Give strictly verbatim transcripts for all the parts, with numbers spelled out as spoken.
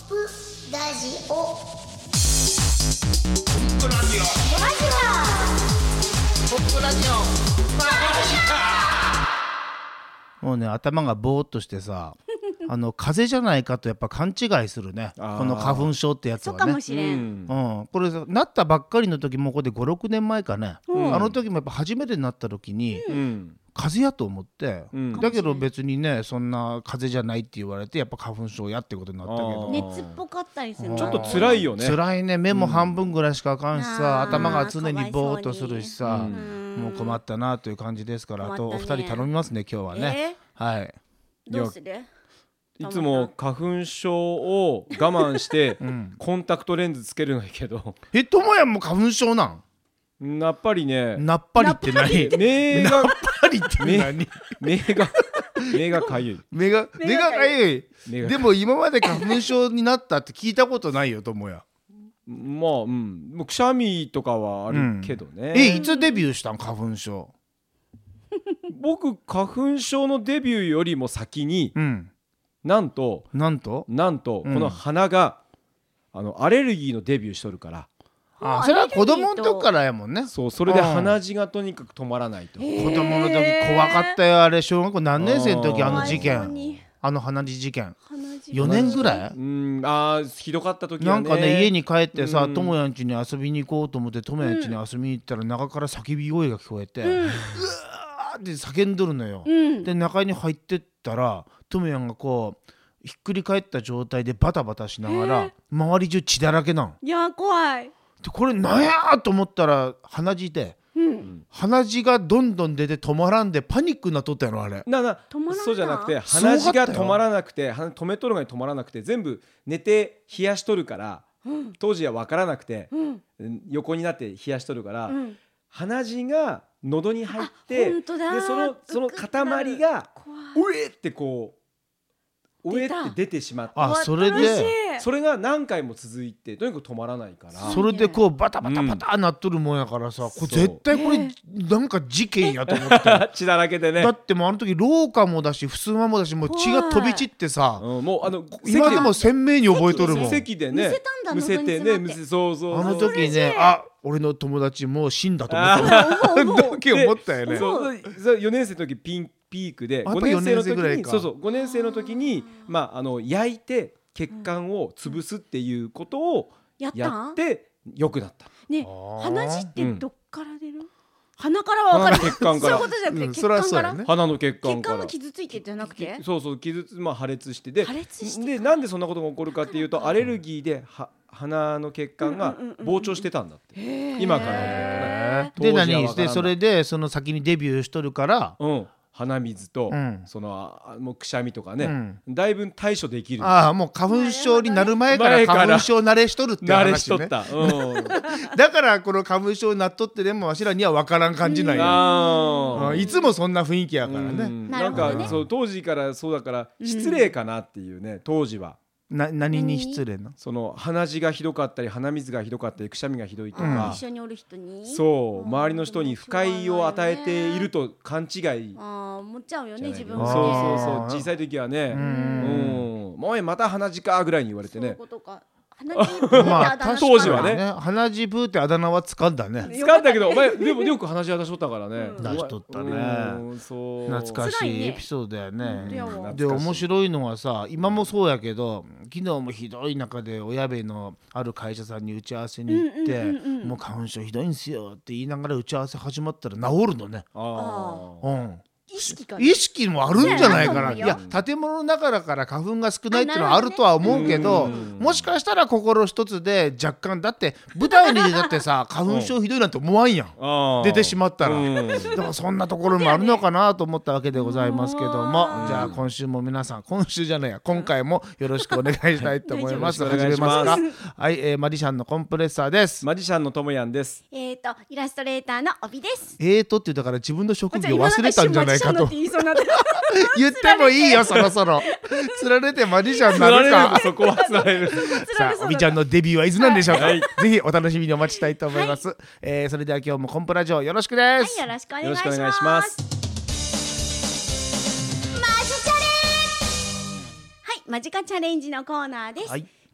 プラジオポップラジオマジだポップラジオマジもうね頭がぼーっとしてさあの風邪じゃないかとやっぱ勘違いするねこの花粉症ってやつはね。 そうかもしれん、 うんうん、これなったばっかりの時もこれでごろくねんまえかね、 うん、 あの時もやっぱ初めてなった時に、うん、風邪やと思って、うん、だけど別にねそんな風邪じゃないって言われてやっぱ花粉症やってことになったけど、 熱っぽかったりする。 ちょっと辛いよね。 辛いね。目も半分ぐらいしかあかんしさ、 うん、 頭が常にぼーっとするしさ、 うん、 もう困ったなという感じですから、ね、あとお二人頼みますね今日はね、 えー、 はいどうする？ いつも花粉症を我慢してコンタクトレンズつけるのやけどえともやんも花粉症なんやっぱりね。 なっぱりって何？ 目がなっぱりって何？ 目が目がかゆい目が目がかゆい。でも今まで花粉症になったって聞いたことないよともや。 まあうんもうくしゃみとかはあるけどね、うん、 えいつデビューしたん花粉症？ 僕花粉症のデビューよりも先に、うん、なんとなんとなんと、うん、この鼻があのアレルギーのデビューしとるから。 ああそれは子供の時からやもんね。 そうそれで鼻血がとにかく止まらないと。 子供の時怖かったよあれ。小学校何年生の時あの事件あの鼻血事件よねんぐらい。 うんあひどかった時はね。 なんかね家に帰ってさともやん家に遊びに行こうと思ってともやん家に遊びに行ったら中から叫び声が聞こえて、うん、うわーって叫んどるのよ、うん、で中に入ってったらともやんがこうひっくり返った状態でバタバタしながら周り中血だらけなん。 いや怖い。 でこれなんやと思ったら鼻血で、うん、鼻血がどんどん出て止まらんでパニックになっとったやろあれ。 ななそうじゃなくて鼻血が止まらなくて鼻止めとるのに止まらなくて全部寝て冷やしとるから、うん、当時は分からなくて、うん、横になって冷やしとるから、うん、鼻血が喉に入ってでそのその塊がうえってこうおえって出てしまってあそれでそれが何回も続いてとにかく止まらないからそれでこうバタバタバタなっとるもんやからさ、うん、これ絶対これなんか事件やと思って血だらけでね。 だってもうあの時廊下もだし襖もだしもう血が飛び散ってさ、うん、 もうあの今でも鮮明に覚えとるもん。 席でねむせてねむせそうそうあの時ねあ俺の友達もう死んだと思ったあの時思ったよね。 そうよねん生の時ピンピークでごねん生の時にそうそうごねん生の時にまああの焼いて血管を潰すっていうことをやって良くなった。 ね鼻血ってどっから出る？鼻からは分かる。 血管から。 そういうことじゃなくて血管から。 鼻の血管から。 血管が傷ついてじゃなくて？ そうそう傷つまあ破裂してででなんでそんなことが起こるかっていうとアレルギーでは鼻の血管が膨張してたんだって。今からね。で何してそれでその先にデビューしとるから。 うん鼻水と、うん、そのもうくしゃみとかね、うん、だいぶ対処できる。 ああもう花粉症になる前から花粉症慣れしとるって話ね。慣れしとった、うん、だからこの花粉症になっとってでもわしらには分からん感じないよ、うん、いつもそんな雰囲気やからね、うん、 なんか、ね、そう当時からそうだから失礼かなっていうね、うん、当時はな何に失礼なその鼻血がひどかったり鼻水がひどかったりくしゃみがひどいとか、 うん、一緒におる人にそう周りの人に不快を与えていると勘違いあ思っちゃうよね自分もね。 そうそうそう小さい時はねうん、もうまた鼻血かぐらいに言われてね。 そういうことか鼻血ブーってあだ名当時はね鼻血ブーってあだ名は掴んだね。 掴んだけどお前でもよく鼻血出しとったからね、 うん、出しとったね。懐かしいエピソードやね、うん、で面白いのはさ今もそうやけど昨日もひどい中で親部のある会社さんに打ち合わせに行って、うんうんうんうん、もう花粉症ひどいんすよって言いながら打ち合わせ始まったら治るのね。あうん意識か意識もあるんじゃないかな。いや建物の中だから花粉が少ないっていうのはあるとは思うけど、もしかしたら心一つで若干だって舞台に出たってさ花粉症ひどいなんて思わんやん出てしまったら。でもそんなところもあるのかなと思ったわけでございますけども、じゃあ今週も皆さん今週じゃないや今回もよろしくお願いしたいと思います。始めますか。はい、えー、マジシャンのコンプレッサーです。 マジシャンのともやんです。 えーとイラストレーターの帯です。 えーとって言ったから自分の職業忘れたんじゃないかと言ってもいいよそろそろつられてマジシャンになるかそこはつられるさあおびちゃんのデビューはいつなんでしょうか、はい、ぜひお楽しみにお待ちしたいと思います、はい、えー、それでは今日もコンプラジオよろしくです、 はい、よろしくお願いします。よろしくお願いします。マジチャレンジはいマジカチャレンジのコーナーです、はい、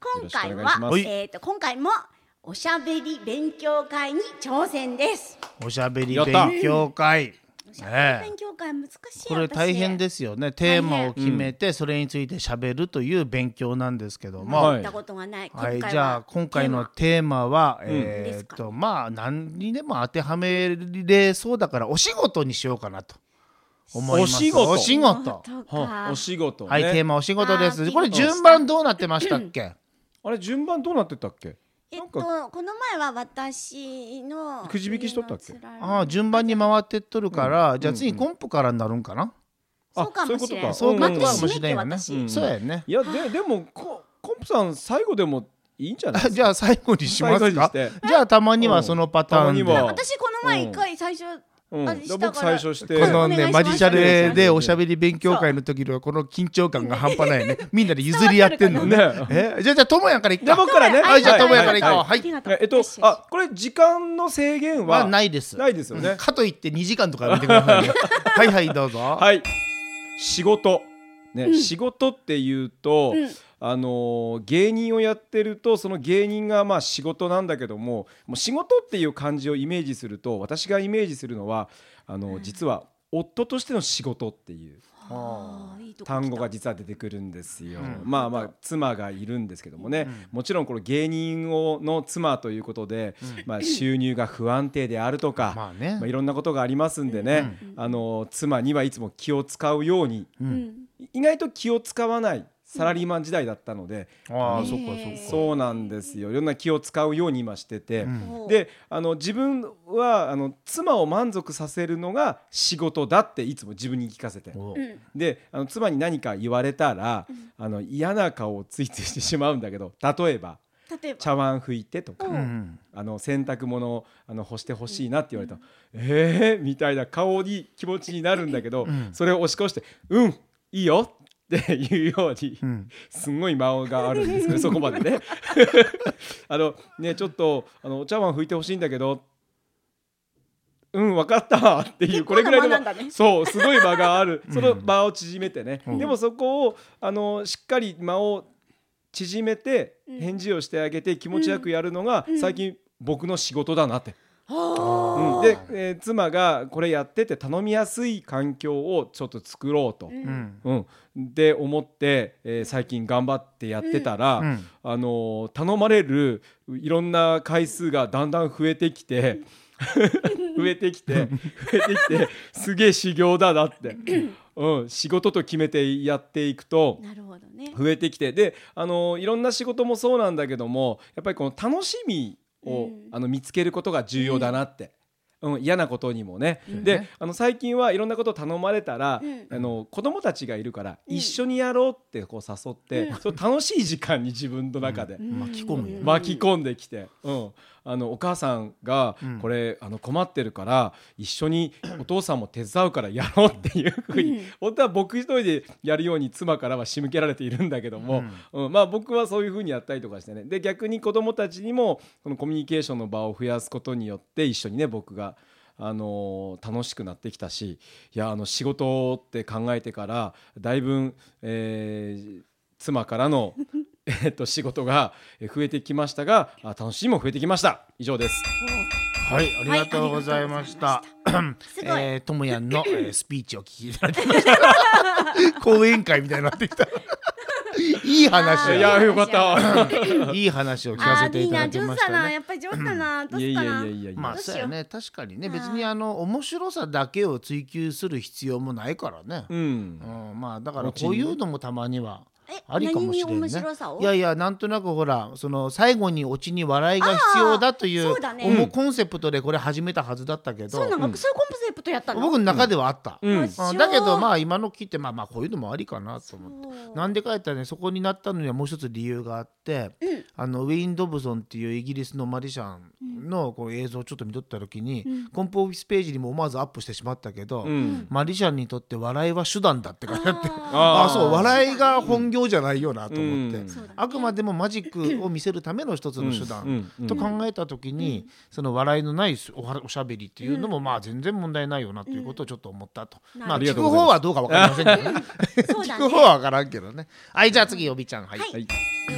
今回よろしくお願いしますはえっと今回もおしゃべり勉強会に挑戦です。 おしゃべりやった勉強会。 おしゃべり勉強会難しい。 これ大変ですよね。テーマを決めてそれについてしゃべるという勉強なんですけども、 はい行ったことがない。 はい、 今回はじゃあ今回のテーマは、 んえーっとまあ何にでも当てはめれそうだからお仕事にしようかなと思います。 お仕事お仕事。 とはかお仕事ね、 はい、テーマお仕事です。 あーこれ順番どうなってましたっけ？ あれ順番どうなってたっけ？ えっとなんかこの前は私のくじ引きしとったっけ？ ああ、順番に回ってっとるから、じゃあ次コンプからになるんかな？ そうかもしれない。 そういうことか待ってもしれんよね。 締めて私そうやね。 いやででもココンプさん最後でもいいんじゃないですか？ じゃあ最後にしますか最後にして。 じゃあたまにはそのパターンで。 うんたまには私この前一回最初うん、 あでしたから僕最初してこのねお願いしますマジシャレでおしゃべり勉強会の時のこの緊張感が半端ないね。みんなで譲り合ってんのね。 ねえ、じゃあじゃあともやんからいっじゃあか。 僕からね。 はい、じゃあともやんからいこう。 ははいい。 ありがとう。 えっとよしよしあこれ時間の制限ははないです。 ないですよね。 かといってにじかんとかやめてくださいね。はいはいどうぞ。 はい。仕事ね、仕事っていうと、 うんあのー芸人をやってるとその芸人がまあ仕事なんだけども、もう仕事っていう漢字をイメージすると私がイメージするのはあのー実は夫としての仕事っていうあーいいとこ来た単語が実は出てくるんですよ、 うんまあまあ妻がいるんですけどもね、もちろんこの芸人をの妻ということで、まあ、収入が不安定であるとか、 まあねまあ、いろんなことがありますんでね、あの妻にはいつも気を使うように、 うん意外と気を使わないサラリーマン時代だったので、 ああ、 うんそっかそっか。 そうなんですよ。いろんな気を使うように今してて、 んであの自分はあの妻を満足させるのが仕事だっていつも自分に聞かせて、 おうんであの妻に何か言われたら、あの嫌な顔をついついしてしまうんだけど、例えば例えば茶碗拭いてとか、 うんうんあの洗濯物をあの干してほしいなって言われたら、えーみたいな顔に気持ちになるんだけど、それを押し越してうんいいよっていうように、 んすんごい間があるんですけどそこまでねあのねちょっとあのお茶碗拭いてほしいんだけど、うん分かったっていうこれぐらいの結構な間なんだねそうすごい間があるその間を縮めてね、 うんでもそこをあのしっかり間を縮めて返事をしてあげて気持ちよくやるのが最近僕の仕事だなって、うんで、えー妻がこれやってて頼みやすい環境をちょっと作ろうと、 うんうんで思って、えー最近頑張ってやってたら、 うんあのー頼まれるいろんな回数がだんだん増えてきて増えてきて増えてきてすげえ修行だなって、うん、仕事と決めてやっていくとなるほどね。 増えてきてで、あのーいろんな仕事もそうなんだけどもやっぱりこの楽しみを、 うんあの見つけることが重要だなって。うん、嫌なことにもね、 んであの最近はいろんなことを頼まれたら、 うんあの子供たちがいるから、一緒にやろうってこう誘って、その楽しい時間に自分の中で、 巻き込むよね。 巻き込んできて、うん、あのお母さんがこれ、あの困ってるから一緒にお父さんも手伝うからやろうっていうふうに、本当は僕一人でやるように妻からは仕向けられているんだけども、うんまあ、僕はそういうふうにやったりとかしてね、で逆に子どもたちにもこのコミュニケーションの場を増やすことによって一緒にね僕があのー楽しくなってきたし、いやあの仕事って考えてからだいぶ、えー妻からのえっと仕事が増えてきましたが、あ楽しみも増えてきました。以上です。 はい、ありがとうございました。 すごい。 えーともやんの、えースピーチを聞いていただきました。講演会みたいになってきた。いい話いややよかった。 いい話を聞かあせていただーいいなきました上手だな。やね。 っぱり上手だな。どういやいすかな。 やいやいやいや。 まあどうしようそうやね、確かにね、 はい別にあの面白さだけを追求する必要もないからね。 うん。 うん、まあだから後にねこういうのもたまにはえありかもしれ何に面んね。 白さをいやいや、なんとなくほらその最後にオチに笑いが必要だというあーそうだね思うコンセプトでこれ始めたはずだったけど、 そうなんかそういうコンセプトやったの。 僕の中ではあった。 うんうんだけどまあ今の聞いてまあまあこういうのもありかなと思って。 そうなんでか言ったらね、そこになったのにはもう一つ理由があって、 うんあのウェイン・ドブソンっていうイギリスのマジシャンのこう映像をちょっと見とった時に、コンプオフィスページにも思わずアップしてしまったけど、 うんマジシャンにとって笑いは手段だって書いてあって、 あーあそう笑いが本業じゃないよなと思って、 うんそうだねあくまでもマジックを見せるための一つの手うん段うんうんと考えた時に、その笑いのないおはおしゃべりっていうのもまあ全然問題ないよなということをちょっと思ったと、 うんまあありが聞く方とうございますはどうかわかりませんけどねそうだね聞く方はわからんけどね。はい、じゃあ次おびちゃん、はい、 はいはい。 えーじゃあ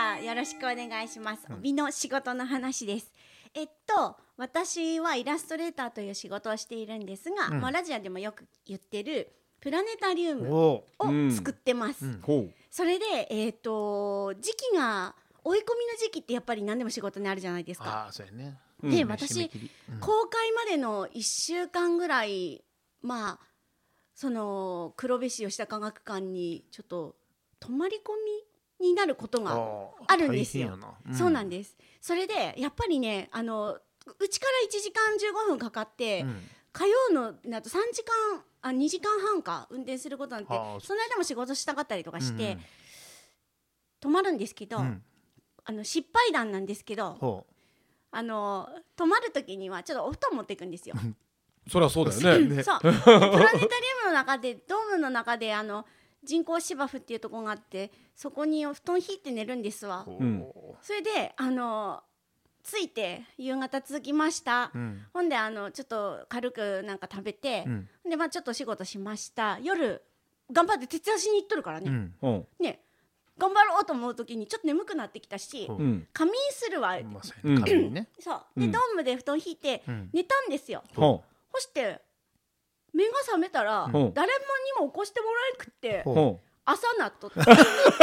あよろしくお願いします。帯の仕事の話です。えっと私はイラストレーターという仕事をしているんですが、 うんまあ、ラジオでもよく言ってるプラネタリウムおをうん作ってます。 うんほうそれで、えっと時期が追い込みの時期ってやっぱり何でも仕事にあるじゃないですか。 ああそうやね。 で、 うん私締め切りうん公開までのいっしゅうかんぐらいまあその黒部市吉田科学館にちょっと泊まり込みになることがあるんですよ。 大変やなそうなんです。それでやっぱりねあのうちからいちじかんじゅうごふんかかって、 うん通うのだとさんじかんあにじかんはんか運転することなんてはあその間も仕事したかったりとかして、 うん泊まるんですけど、 うんあの失敗談なんですけどほあの泊まる時にはちょっとお布団持っていくんですよ。 そりゃそうだよねそうプラネタリウムの中でドームの中であの人工芝生っていうところがあってそこにお布団引いて寝るんですわ。 ううんそれであの着いて夕方続きました、 うんほんであのちょっと軽くなんか食べて、 うんでまあちょっとお仕事しました。夜頑張って徹夜しに行っとるからね、 うんうんね頑張ろうと思う時にちょっと眠くなってきたし、 うんうん仮眠するわ、 まあそうやね紙にねそうで、 うんドームで布団引いてうん寝たんですよ。 ほそして目が覚めたら、 うん誰もにも起こしてもらえなくって、 ほううほ朝なっとって仕事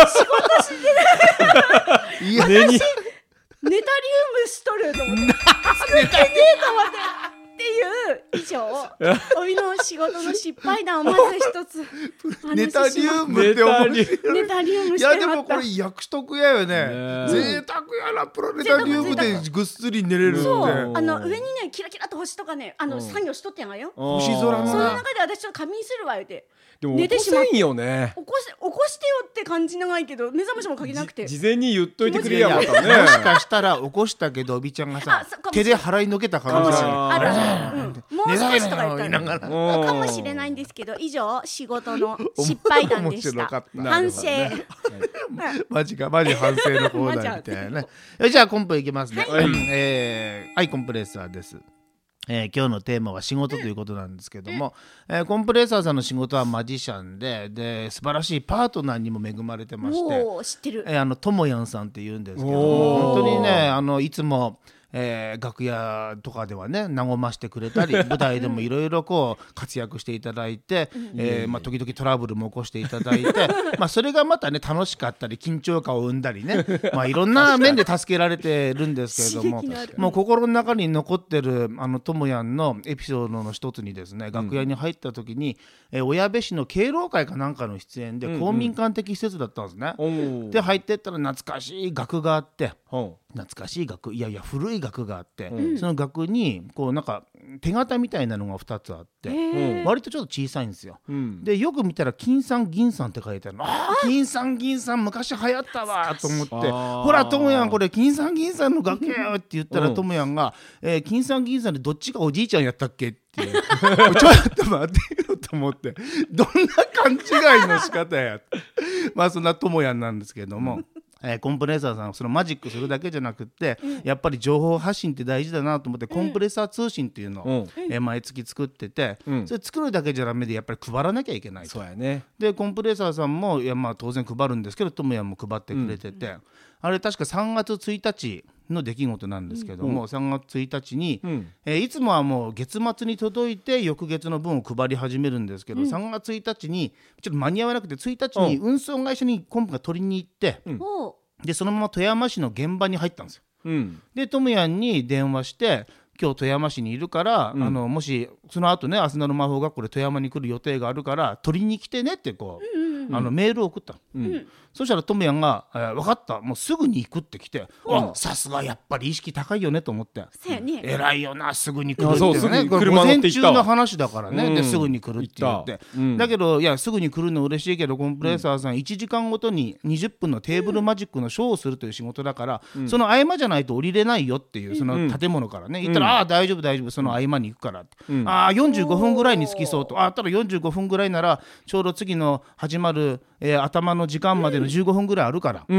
していやう寝にネタリウムしとると思って作ってねえと思ってっていう以上帯の仕事の失敗談をまず一つネタリウムネって思うタリウネタリウムいしてはったやでもこれ役得やよねね贅沢やなプラネタリウムでぐっすり寝れるってそううんあの上にねキラキラと星とかねあのうん作業しとってんわよ。 星空のそのな中で私ちょっと仮眠するわ言うてでも起寝てしまっこせんよね起こし起こしてよって感じ長いけど目覚ましもかけなくて事前に言っといてくれいややまたねもしかしたら起こしたけどおびちゃんがさあそうかもしれない手で払いのけた可能性ああるあある、うん、もう少しとか言ったら寝ながらかもしれないんですけど以上仕事の失敗談でし面白かたった反省、 なるマジかマジ反省のコーナーみたいなねえじゃあコンプいきますねはいえーはいコンプレッサーですえー今日のテーマは仕事ということなんですけども、えーコンプレッサーさんの仕事はマジシャンでで素晴らしいパートナーにも恵まれてましておお知ってるえーあのともやんさんって言うんですけどおもー本当にねあのいつも、えー楽屋とかではね和ましてくれたり舞台でもいろいろこう活躍していただいて、えーまあ、時々トラブルも起こしていただいてまあそれがまたね楽しかったり緊張感を生んだりね、まあ、いろんな面で助けられてるんですけれども刺激のあるもう心の中に残ってるあのともやんのエピソードの一つにですね楽屋に入った時に、えー小矢部市の敬老会かなんかの出演でうんうん公民館的施設だったんですね。 おーで入ってったら懐かしい額があってほ懐かしい額いやいや古い額があって、 うんその額にこうなんか手形みたいなのがふたつあって、 うん割とちょっと小さいんですよ。 ううんでよく見たら金さん銀さんって書いてあるのあー金さん銀さん昔流行ったわと思ってあーほらともやんこれ金さん銀さんの額やよって言ったらうんともやんが、えー金さん銀さんでどっちがおじいちゃんやったっけっていうちょっと待ってよと思ってどんな勘違いの仕方やまあそんなともやんなんですけども。えーコンプレッサーさんはそのマジックするだけじゃなくって、やっぱり情報発信って大事だなと思って、コンプレッサー通信っていうのを、 うんえー毎月作ってて、 うんそれ作るだけじゃダメでやっぱり配らなきゃいけないとそうやねでコンプレッサーさんもいやまあ当然配るんですけどともやんも配ってくれてて、あれ確かさんがつついたちの出来事なんですけども、 うんさんがつついたちに、 うんえーいつもはもう月末に届いて翌月の分を配り始めるんですけど、さんがつついたちにちょっと間に合わなくてついたちに運送会社にコンプが取りに行って、 うんおうでそのまま富山市の現場に入ったんですよ。 うんでともやんに電話して今日富山市にいるから、 うんあのもしその後ねアスナル魔法学校で富山に来る予定があるから取りに来てねってこう、あのメールを送ったの、 うんそしたらともやんが、えー分かったもうすぐに行くって来てあさすがやっぱり意識高いよねと思ってそうやね偉いよなすぐに来るってあそういうねすぐにこれ午前車乗って行った中の話だからね、 うんですぐに来るって言って行ったうんだけどいやすぐに来るの嬉しいけどコンプレッサーさんいちじかんごとににじゅっぷんのテーブルマジックのショーをするという仕事だから、その合間じゃないと降りれないよっていうその建物からね言ったら、ああ大丈夫大丈夫その合間に行くからって、 うんああよんじゅうごふんぐらいに着きそうとああただよんじゅうごふんぐらいならちょうど次の始まる、えー頭の時間までのじゅうごふんぐらいあるから、 うん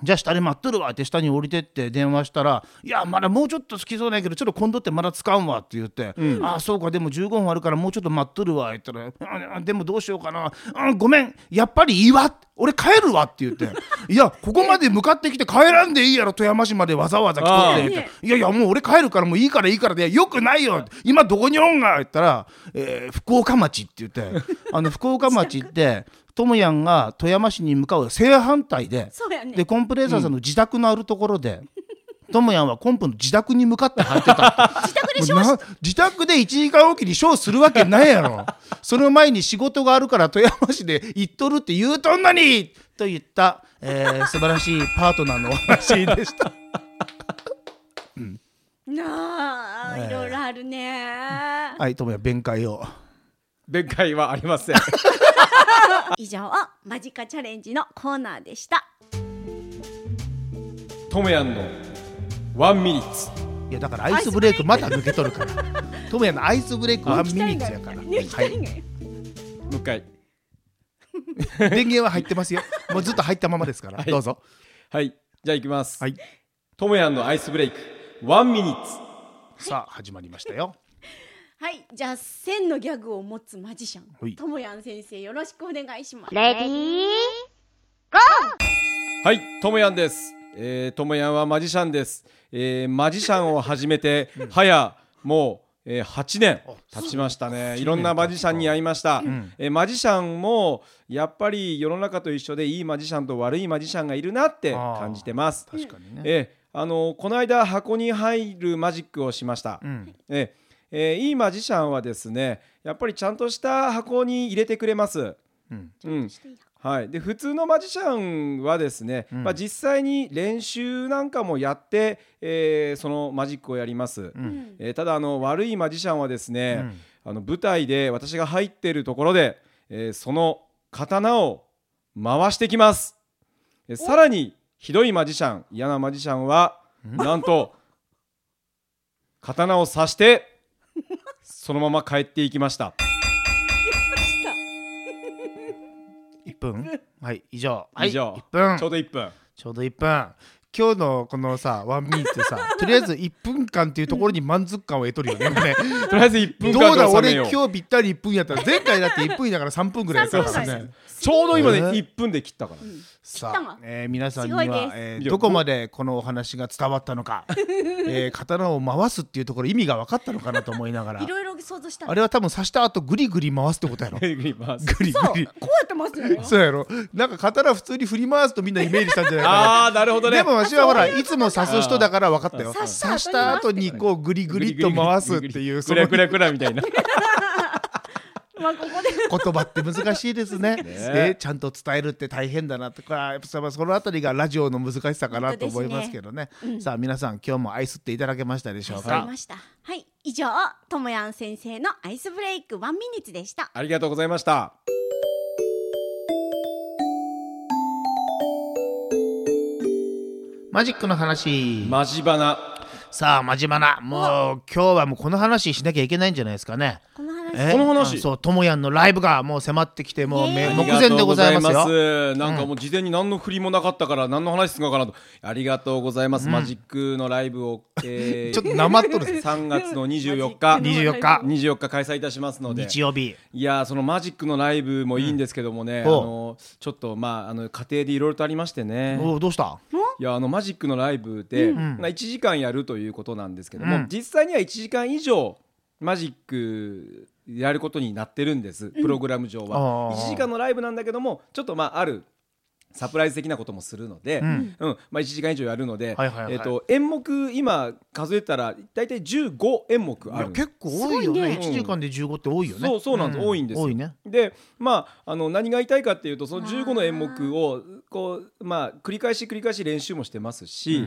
じゃあ下で待っとるわって下に降りてって電話したら、いやまだもうちょっと好きそうないけどちょっと今度ってまだ使うんわって言って、うん、ああそうかでもじゅうごふんあるからもうちょっと待っとるわって言ったら、でもどうしようかな、うん、ごめんやっぱりいいわ俺帰るわって言っていやここまで向かってきて帰らんでいいやろ富山市までわざわざ来とってって、いやいやもう俺帰るからもういいからいいからでよくないよ今どこにおんが言ったら、えー、福岡町って言ってあの福岡町ってともやんが富山市に向かう正反対 で, そうや、ね、 でコンプレッサーさんの自宅のあるところで、ともやんはコンプの自宅に向かって入ってた自宅でショーし自宅でいちじかんおきにショーするわけないやろその前に仕事があるから富山市で行っとるって言うとんのにと言った、えー、素晴らしいパートナーのお話でした、うん、 なあ、いろいろあるね。 はいともやん弁解を。 弁解はありません以上マジカチャレンジのコーナーでした。 ともやんのワンミニッツ。 いやだからアイスブレイクまだ抜けとるからともやんのアイスブレイクワンミニッツやから、 抜きたいんがよ、 もう一回電源は入ってますよもうずっと入ったままですから、はい、どうぞ。 はいじゃあいきます。 はい、 ともやんのアイスブレイクワンミニッツ。 さあ始まりましたよ。 はい、じゃあ千のギャグを持つマジシャはいンともやん先生よろしくお願いします。 レディーはいともやんです。えー、ともやんはマジシャンです。えー、マジシャンを始めて早もう、えー、はちねん経ちましたね。いろんなマジシャンに会いました、うんえー、マジシャンもやっぱり世の中と一緒でいいマジシャンと悪いマジシャンがいるなって感じてます。 確かにね、 えー、あのこの間箱に入るマジックをしました、うんえーえー、いいマジシャンはですねやっぱりちゃんとした箱に入れてくれます、うんうんはい、で普通のマジシャンはですね、うんまあ、実際に練習なんかもやって、えー、そのマジックをやります、うんえー、ただあの悪いマジシャンはですね、うん、あの舞台で私が入っているところで、えー、その刀を回してきます。えー、さらにひどいマジシャン嫌なマジシャンはなんと刀を刺してそのまま帰っていきました。 いっぷんはい以上、 はい、以上いっぷんちょうどいっぷんちょうどいっぷん。今日のこのさワンミニってさとりあえずいっぷんかんっていうところに満足感を得とるよねねとりあえずいっぷんかんどうだ俺で収めよう。 今日ぴったりいっぷんやったら前回だっていっぷんだからさんぷんぐらいやったからねちょうど今ねいっぷんで切ったから、 うんさあ、えー、皆さんにすごいです、 はえーどこまでこのお話が伝わったのか、えー、刀を回すっていうところ意味が分かったのかなと思いながらいろいろ想像したあれは多分刺した後グリグリ回すってことやろグリグリ回すグリグリそうこうやってますよねそうやろなんか刀普通に振り回すとみんなイメージしたんじゃないかなあーなるほどね。 でもわしはほらいつも刺す人だから分かったよ刺した後に刺した後にこうグリグリっと回すっていうそのクラクラクラみたいなまあここで言葉って難しいですねねえーちゃんと伝えるって大変だなってこれはやっぱそのあたりがラジオの難しさかなと思いますけどね、うん、さあ皆さん今日も愛すっていただけましたでしょうか。 愛しました。はい以上ともやん先生のアイスブレイクワンミニッツでした。 ありがとうございました。 マジックの話マジバナ。 さあマジバナもう今日はもうこの話しなきゃいけないんじゃないですかね。 この話この話そうともやんのライブがもう迫ってきてもう目あ目前でございますよ。 すなんかもう事前に何の振りもなかったから何の話するのかなと。ありがとうございます、うん、マジックのライブを、えー、 ちょっとなまっとるさんがつのにじゅうよっかにじゅうよっかにじゅうよっか開催いたしますので日曜日いやそのマジックのライブもいいんですけどもね、うん、あのちょっとまああの家庭でいろいろとありましてね。 おどうしたいやあのマジックのライブで、うんまあ、いちじかんやるということなんですけども、うん、実際にはいちじかん以上マジックやることになってるんです、プログラム上は、うん、いちじかんのライブなんだけどもちょっとまああるサプライズ的なこともするので、うんうんまあ、いちじかん以上やるので、はいはいはいえー、と演目今数えたらだいたいじゅうごえんもくある。 結構多いよね。 ねいちじかんでじゅうごって多いよね。 そうそうなんです、うん、多いんですよ。 多いね。 でまああの何が言いたいかっていうとそのじゅうごの演目をこう、まあ、繰り返し繰り返し練習もしてますし、うん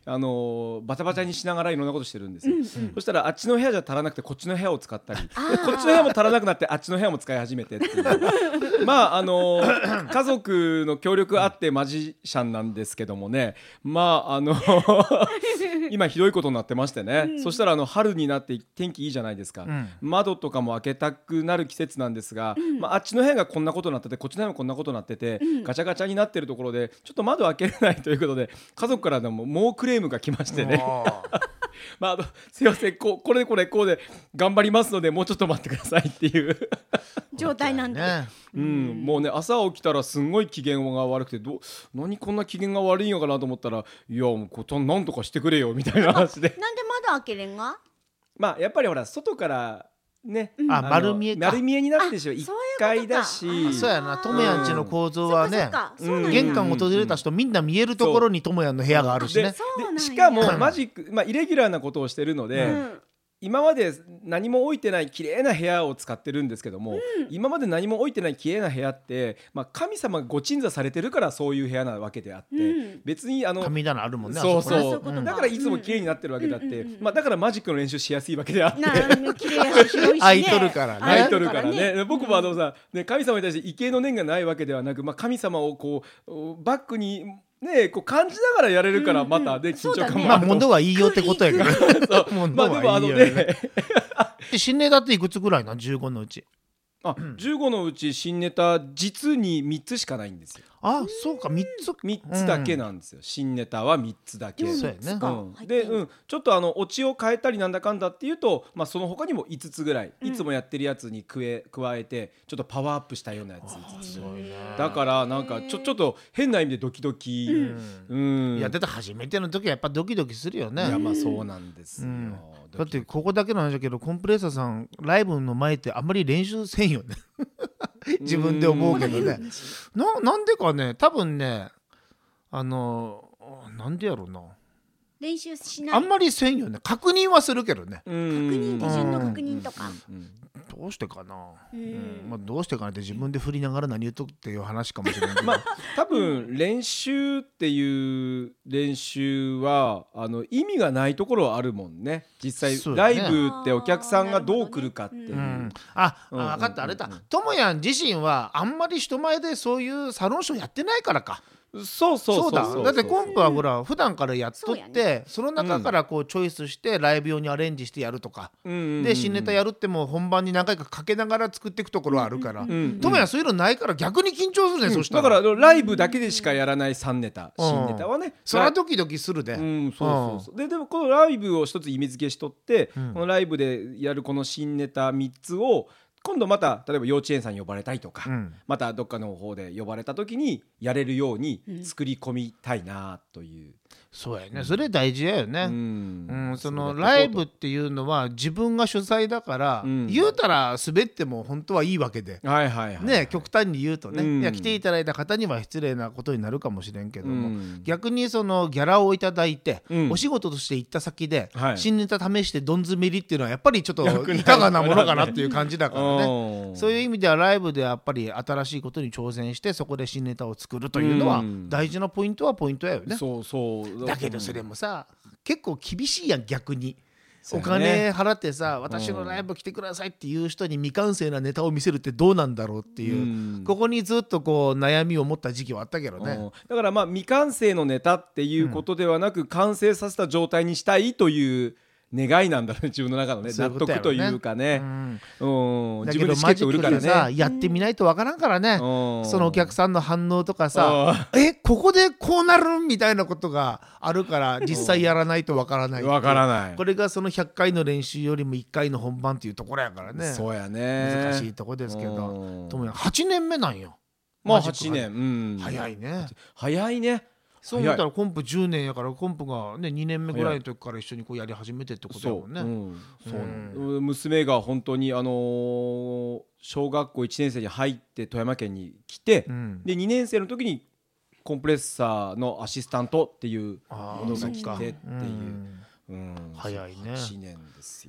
あのバタバタにしながらいろんなことしてるんですよ、うんうん、そしたらあっちの部屋じゃ足らなくてこっちの部屋を使ったりこっちの部屋も足らなくなってあっちの部屋も使い始めてっていうまああの家族の協力あってマジシャンなんですけどもね、まああの今ひどいことになってましてね、うん、そしたらあの春になって天気いいじゃないですか、うん、窓とかも開けたくなる季節なんですが、うんまあ、あっちの部屋がこんなことになっててこっちの部屋もこんなことになってて、うん、ガチャガチャになってるところでちょっと窓開けれないということで家族からでも猛クレームが来ましてねまあ、あのすいません こ, これこれこうで頑張りますのでもうちょっと待ってくださいっていう状態なんで、ねうん、もうね朝起きたらすんごい機嫌が悪くてど何こんな機嫌が悪いのかなと思ったらいやもうことなんとかしてくれよみたいな話でなんで窓開けれんがまあやっぱりほら外からね、 あ丸見えか丸見えになってしまういっかいだしそうやなともやんちの構造はね、うん、玄関を訪れた人みんな見えるところにともやんの部屋があるしねでしかもマジック、まあ、イレギュラーなことをしてるので、うん今まで何も置いてない綺麗な部屋を使ってるんですけども、うん、今まで何も置いてない綺麗な部屋って、まあ、神様がご鎮座されてるからそういう部屋なわけであって、うん、別にあの神棚あるもんねそうそう、うん、だからいつも綺麗になってるわけであって、うんまあ、だからマジックの練習しやすいわけであって綺麗やし広いしね空いとるからね空いとるからね僕もあのさ、ね、神様に対して畏敬の念がないわけではなく、まあ、神様をこうバックにね、こう感じながらやれるからまたね、うんうん、緊張感もある、 まあ物はいいよってことやからそうまあでもあのね新ネタっていくつぐらいなじゅうごのうちあ、うん、じゅうごのうち新ネタ実にみっつしかないんですよ。 あ、そうかみっつみっつだけなんですよ、うん、新ネタはみっつだけ、 そうやね、 うん、で、うん、ちょっとあのオチを変えたりなんだかんだっていうと、まあ、その他にもいつつぐらい、うん、いつもやってるやつに加え、加えてちょっとパワーアップしたようなやついつつだからなんかちょ、ちょっと変な意味でドキドキ、 うんうん、やってた初めての時はやっぱドキドキするよね。 いやまあそうなんですよ、うん、 だってここだけの話だけどコンプレッサーさんライブの前ってあんまり練習せんよね自分で思うけどね な, なんでかね多分ねあのなんでやろうな練習しないあんまりせんよね確認はするけどね確認手順の確認とかどうしてかな、うんまあ、どうしてかなって自分で振りながら何言うとっていう話かもしれないけど、まあ、 多分練習っていう練習はあの意味がないところはあるもんね実際、ね、ライブってお客さんがどう来るかっていう、うん、 あ、うん、あ分かったあれだともやん自身はあんまり人前でそういうサロンショーやってないからかそうそうそうだだってコンプはほら普段からやっとって そ,、ね、その中からこうチョイスしてライブ用にアレンジしてやるとか、うん、で新ネタやるっても本番に何回かかけながら作っていくところはあるから、うん、ともやそういうのないから逆に緊張するね、うん、そしたらだからライブだけでしかやらないさんネタ、うん、新ネタはねそらドキドキするで、 うん、そうそうそう、ででもこのライブを一つ意味付けしとって、うん、このライブでやるこの新ネタみっつを今度また例えば幼稚園さんに呼ばれたいとか、うん、またどっかの方で呼ばれた時にやれるように作り込みたいなという、うん、 そうやね、うん、それ大事やよね、うんうん、そのライブっていうのは自分が主催だから、うん、言うたら滑っても本当はいいわけで、はいはいはい、ね、極端に言うとね、うん、いや来ていただいた方には失礼なことになるかもしれんけども、うん、逆にそのギャラをいただいて、うん、お仕事として行った先で、はい、新ネタ試してどん詰めりっていうのはやっぱりちょっといかがなものかなっていう感じだからねそういう意味ではライブでやっぱり新しいことに挑戦してそこで新ネタを作るというのは大事なポイントはポイントやよね、うん、そうそうだけどそれもさ結構厳しいやん逆にお金払ってさ、私のライブ来てくださいっていう人に未完成なネタを見せるってどうなんだろうっていう、うん、ここにずっとこう悩みを持った時期はあったけどね。 だからまあ未完成のネタっていうことではなく、うん、完成させた状態にしたいという願いなんだね自分の中のね納得というかね、うんうん、 だけどマジックでさやってみないとわからんからね、うん、そのお客さんの反応とかさえここでこうなるみたいなことがあるから実際やらないとわからないわからない。 これがそのひゃっかいの練習よりもいっかいの本番っていうところやからね。 そうやね難しいとこですけどともやはちねんめなんよ。 まあはちねん、うん、 早いね早いね。 そう思ったらコンプじゅうねんやからコンプが、ね、にねんめぐらいの時から一緒にこうやり始めてってことだもんね。そう、うんそううん、娘が本当に、あのー、小学校いちねん生に入って富山県に来て、うん、でにねん生の時にコンプレッサーのアシスタントっていうものが来てっていう、うんうん、 早いね。 はちねんですよ。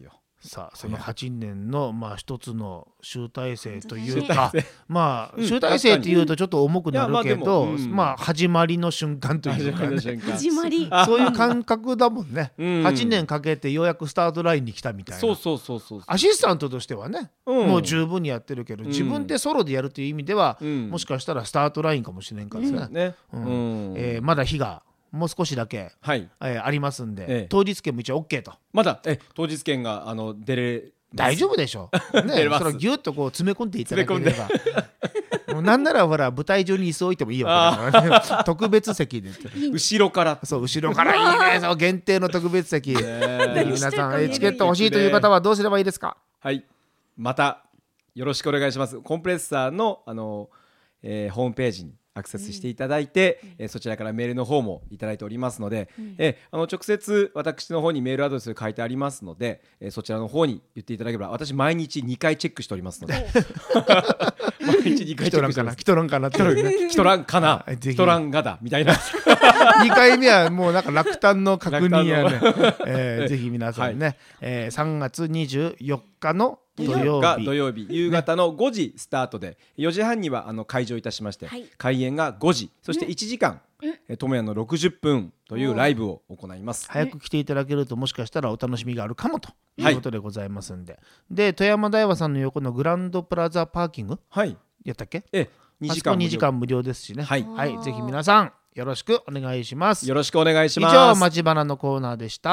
さあそのはちねんのまあ一つの集大成という集か、まあ集大成っていうとちょっと重くなるけど、まあ始まりの瞬間というかね、 始まりそういう感覚だもんね。 うんはちねんかけてようやくスタートラインに来たみたいな。 そうそうそうそう。 アシスタントとしてはね、 うんもう十分にやってるけど、自分でソロでやるという意味では、 うんもしかしたらスタートラインかもしれんからね。 ね。 ううんんえーまだ日がもう少しだけ、 はい。 えーありますんで、 ええ当日券も一応 OK と。 まだえ当日券があの出れ大丈夫でしょう、ね、 出れますそれをギュッとこう詰め込んでいただければもうなんならほら舞台上に椅子置いてもいいわけだからね特別席で後ろからそう後ろからいいねそう限定の特別席、ぜひ皆さんえーチケット欲しいという方はどうすればいいですか？ はい。またよろしくお願いします。コンプレッサーのあの、えーホームページにアクセスしていただいて、うんえーそちらからメールの方もいただいておりますので、うんえーあの直接私の方にメールアドレス書いてありますので、えーそちらの方に言っていただければ私毎日にかいチェックしておりますので毎日にかいチェックしてます。 来とらんかな来とらんかなって来とらんかなはいぜひ来とらんがだみたいなにかいめはもうなんか落胆の確認やね落胆、 えーぜひ皆さんね、えーさんがつにじゅうよっかの土曜が日土曜日夕方のごじスタートでよじはんにはあの開場いたしまして、 はい開演がごじそしていちじかんえともやのろくじゅっぷんというライブを行います。 早く来ていただけるともしかしたらお楽しみがあるかもといはいうことでございますんで、で富山大和さんの横のグランドプラザパーキングはい。 やったっけ？ え2 あそこ時間にじかん無料ですしね。 はいはい、ぜひ皆さんよろしくお願いします。 よろしくお願いし以ます。 上、まちばなのコーナーでした。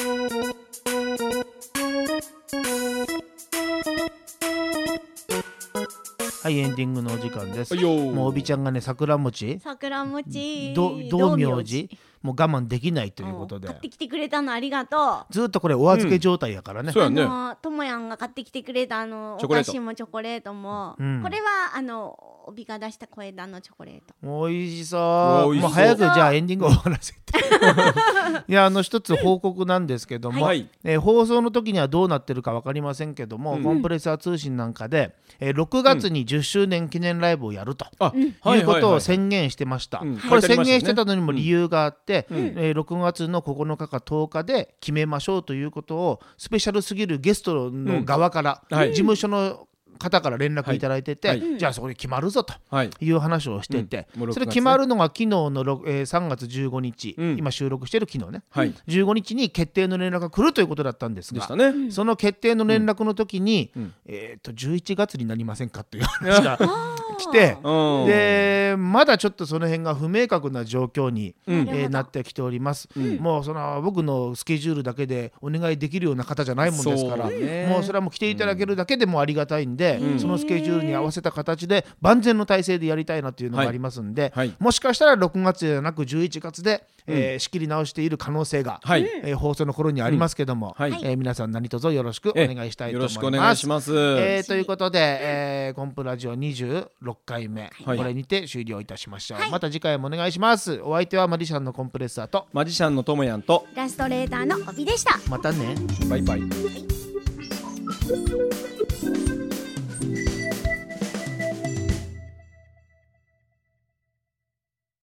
はい、エンディングのお時間です。 はいよーもうおびちゃんがね、桜餅桜餅ど道明寺もう我慢できないということで、 買ってきてくれたのありがとう。 ずっとこれお預け状態やからね。 そうやね。 あのともやんが買ってきてくれたあのおチョコレート菓子もチョコレートも、 うんこれはあの帯が出した小枝のチョコレート。 おいしそう。 おいしそうもう早くじゃあエンディングを終わらせて。いやあの一つ報告なんですけども、 はいえー放送の時にはどうなってるか分かりませんけども、 うんコンプレッサー通信なんかで、えーろくがつにじゅっしゅうねん記念ライブをやると。 あ、 いうことを宣言してました。 うんこれ宣書いてありましたね言してたのにも理由があって、 うんえーろくがつのここのかかとおかで決めましょうということをスペシャルすぎるゲストの側から、 うんはい事務所の方から連絡いただいてて、 はいはいじゃあそこで決まるぞとはい。 いう話をしてて、 うんもうろくがつねそれ決まるのが昨日のろく、えーさんがつじゅうごにち、 うん今収録してる昨日ね、 はい。 じゅうごにちに決定の連絡が来るということだったんですがでしたね。 その決定の連絡の時に、 うんえー、とじゅういちがつになりませんかという話が来て、 うんでまだちょっとその辺が不明確な状況に、 うんえーなってきております、 うんもうその僕のスケジュールだけでお願いできるような方じゃないもんですから、 そうねもうそれはもう来ていただけるだけでもありがたいんで、 うんそのスケジュールに合わせた形で万全の体制でやりたいなというのがありますんで、 はいはいもしかしたらろくがつじゃなくじゅういちがつで、えー仕切り直している可能性が、 はい。 えー放送の頃にありますけども、 うんはいえー皆さん何卒よろしくお願いしたいと思います。 よろしくお願いします。 えーということで、えーコンプラジオにじゅうろっかいめ、 はいこれにて終了いたしましょう、 はいまた次回もお願いします。お相手はマジシャンのコンプレッサーとマジシャンのともやんとイラストレーターの帯でした。 またね。 バイバイ。